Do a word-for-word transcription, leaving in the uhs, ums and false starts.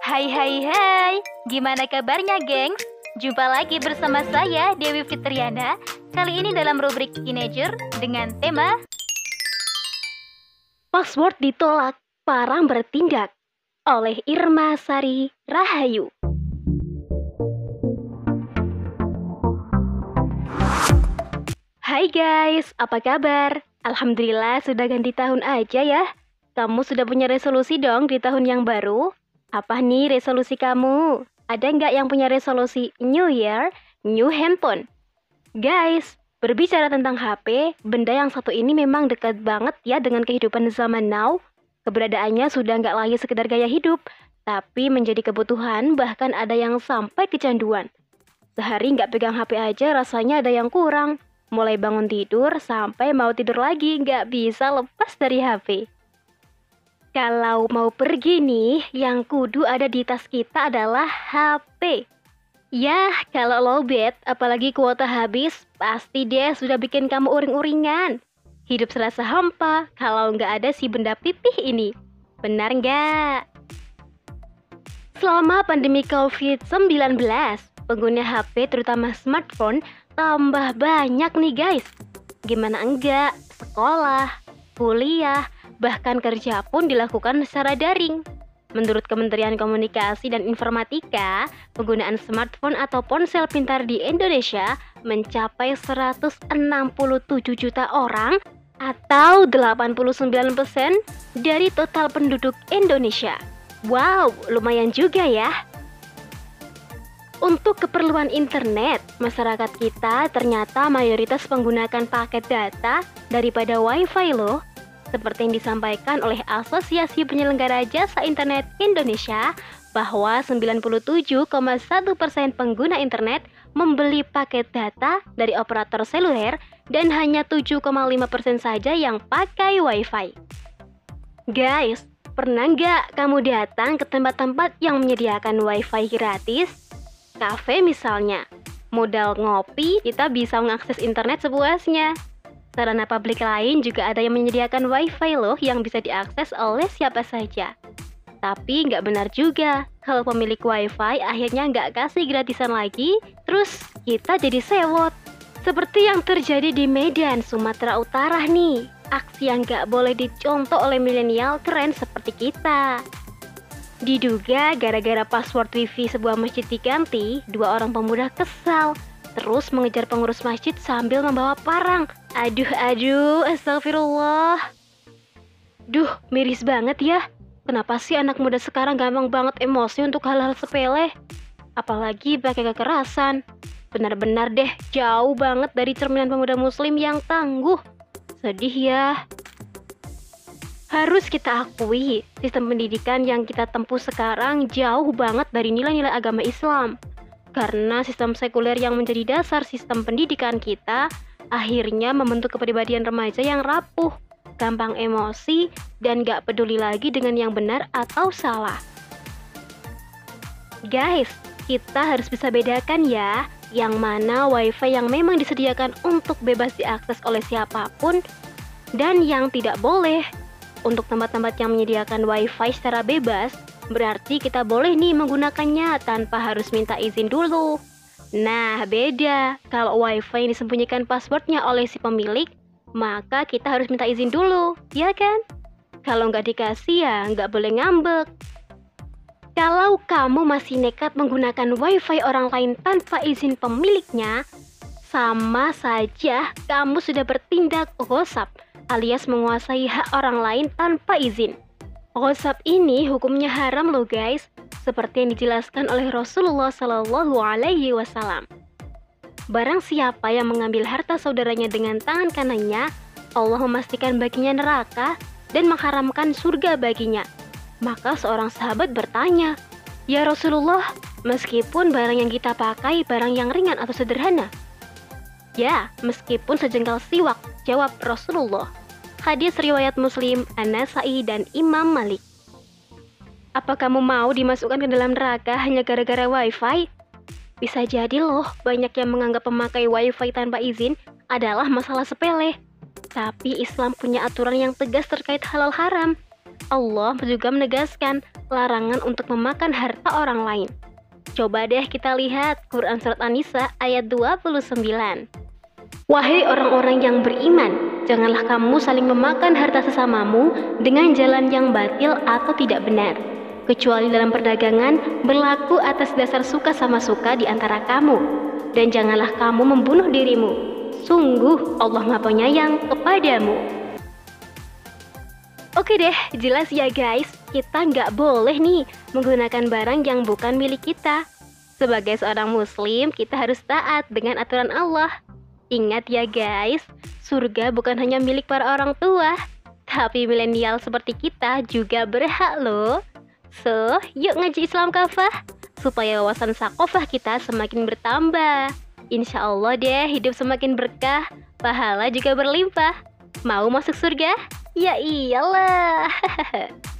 Hai hai hai, gimana kabarnya gengs? Jumpa lagi bersama saya Dewi Fitriana. Kali ini dalam rubrik Teenager dengan tema Password ditolak, parang bertindak oleh Irma Sari Rahayu. Hai guys, apa kabar? Alhamdulillah sudah ganti tahun aja ya. Kamu sudah punya resolusi dong di tahun yang baru? Apa nih resolusi kamu? Ada nggak yang punya resolusi New Year, New Handphone? Guys, berbicara tentang H P, benda yang satu ini memang dekat banget ya dengan kehidupan zaman now. Keberadaannya sudah nggak lagi sekedar gaya hidup, tapi menjadi kebutuhan, bahkan ada yang sampai kecanduan. Sehari nggak pegang H P aja rasanya ada yang kurang. Mulai bangun tidur sampai mau tidur lagi nggak bisa lepas dari H P. Kalau mau pergi nih, yang kudu ada di tas kita adalah H P. Yah, kalau lowbat, apalagi kuota habis, pasti deh sudah bikin kamu uring-uringan. Hidup serasa hampa kalau nggak ada si benda pipih ini. Benar nggak? Selama pandemi covid sembilan belas, pengguna H P terutama smartphone tambah banyak nih guys. Gimana enggak, sekolah, kuliah, bahkan kerja pun dilakukan secara daring. Menurut Kementerian Komunikasi dan Informatika, penggunaan smartphone atau ponsel pintar di Indonesia mencapai seratus enam puluh tujuh juta orang atau delapan puluh sembilan persen dari total penduduk Indonesia. Wow, lumayan juga ya. Untuk keperluan internet, masyarakat kita ternyata mayoritas menggunakan paket data daripada wifi loh. Seperti yang disampaikan oleh Asosiasi Penyelenggara Jasa Internet Indonesia, bahwa sembilan puluh tujuh koma satu persen pengguna internet membeli paket data dari operator seluler dan hanya tujuh koma lima persen saja yang pakai wifi. Guys, pernah nggak kamu datang ke tempat-tempat yang menyediakan wifi gratis? Kafe misalnya, modal ngopi kita bisa mengakses internet sepuasnya. Sarana publik lain juga ada yang menyediakan wifi loh yang bisa diakses oleh siapa saja. Tapi nggak benar juga, kalau pemilik wifi akhirnya nggak kasih gratisan lagi, terus kita jadi sewot. Seperti yang terjadi di Medan, Sumatera Utara nih, aksi yang nggak boleh dicontoh oleh milenial keren seperti kita. Diduga gara-gara password wifi sebuah masjid diganti, dua orang pemuda kesal, terus mengejar pengurus masjid sambil membawa parang. Aduh, aduh, astagfirullah. Duh, miris banget ya. Kenapa sih anak muda sekarang gampang banget emosi untuk hal-hal sepele? Apalagi pakai kekerasan. Benar-benar deh, jauh banget dari cerminan pemuda muslim yang tangguh. Sedih ya. Harus kita akui, sistem pendidikan yang kita tempuh sekarang jauh banget dari nilai-nilai agama Islam. Karena sistem sekuler yang menjadi dasar sistem pendidikan kita akhirnya membentuk kepribadian remaja yang rapuh, gampang emosi, dan gak peduli lagi dengan yang benar atau salah. Guys, kita harus bisa bedakan ya, yang mana wifi yang memang disediakan untuk bebas diakses oleh siapapun, dan yang tidak boleh. Untuk tempat-tempat yang menyediakan wifi secara bebas, berarti kita boleh nih menggunakannya tanpa harus minta izin dulu. Nah, beda. Kalau wifi yang disembunyikan passwordnya oleh si pemilik, maka kita harus minta izin dulu, ya kan? Kalau nggak dikasih ya nggak boleh ngambek. Kalau kamu masih nekat menggunakan wifi orang lain tanpa izin pemiliknya, sama saja kamu sudah bertindak ghosab alias menguasai hak orang lain tanpa izin. Ghosab ini hukumnya haram loh guys, seperti yang dijelaskan oleh Rasulullah Shallallahu Alaihi Wasallam. Barang siapa yang mengambil harta saudaranya dengan tangan kanannya, Allah memastikan baginya neraka dan mengharamkan surga baginya. Maka seorang sahabat bertanya, "Ya Rasulullah, meskipun barang yang kita pakai barang yang ringan atau sederhana?" "Ya, meskipun sejengkal siwak," jawab Rasulullah. Hadis riwayat Muslim, An-Nasai, dan Imam Malik. Apa kamu mau dimasukkan ke dalam neraka hanya gara-gara wifi? Bisa jadi loh, banyak yang menganggap memakai wifi tanpa izin adalah masalah sepele. Tapi Islam punya aturan yang tegas terkait halal haram. Allah juga menegaskan larangan untuk memakan harta orang lain. Coba deh kita lihat Quran Surat An-Nisa ayat dua puluh sembilan. Wahai orang-orang yang beriman, janganlah kamu saling memakan harta sesamamu dengan jalan yang batil atau tidak benar, kecuali dalam perdagangan berlaku atas dasar suka sama suka di antara kamu. Dan janganlah kamu membunuh dirimu. Sungguh Allah Maha Penyayang kepadamu. Oke deh, jelas ya guys, kita nggak boleh nih menggunakan barang yang bukan milik kita. Sebagai seorang muslim, kita harus taat dengan aturan Allah. Ingat ya guys, surga bukan hanya milik para orang tua, tapi milenial seperti kita juga berhak loh. So, yuk ngaji Islam Kafah, supaya wawasan sakofah kita semakin bertambah. Insya Allah deh, hidup semakin berkah, pahala juga berlimpah. Mau masuk surga? Ya iyalah.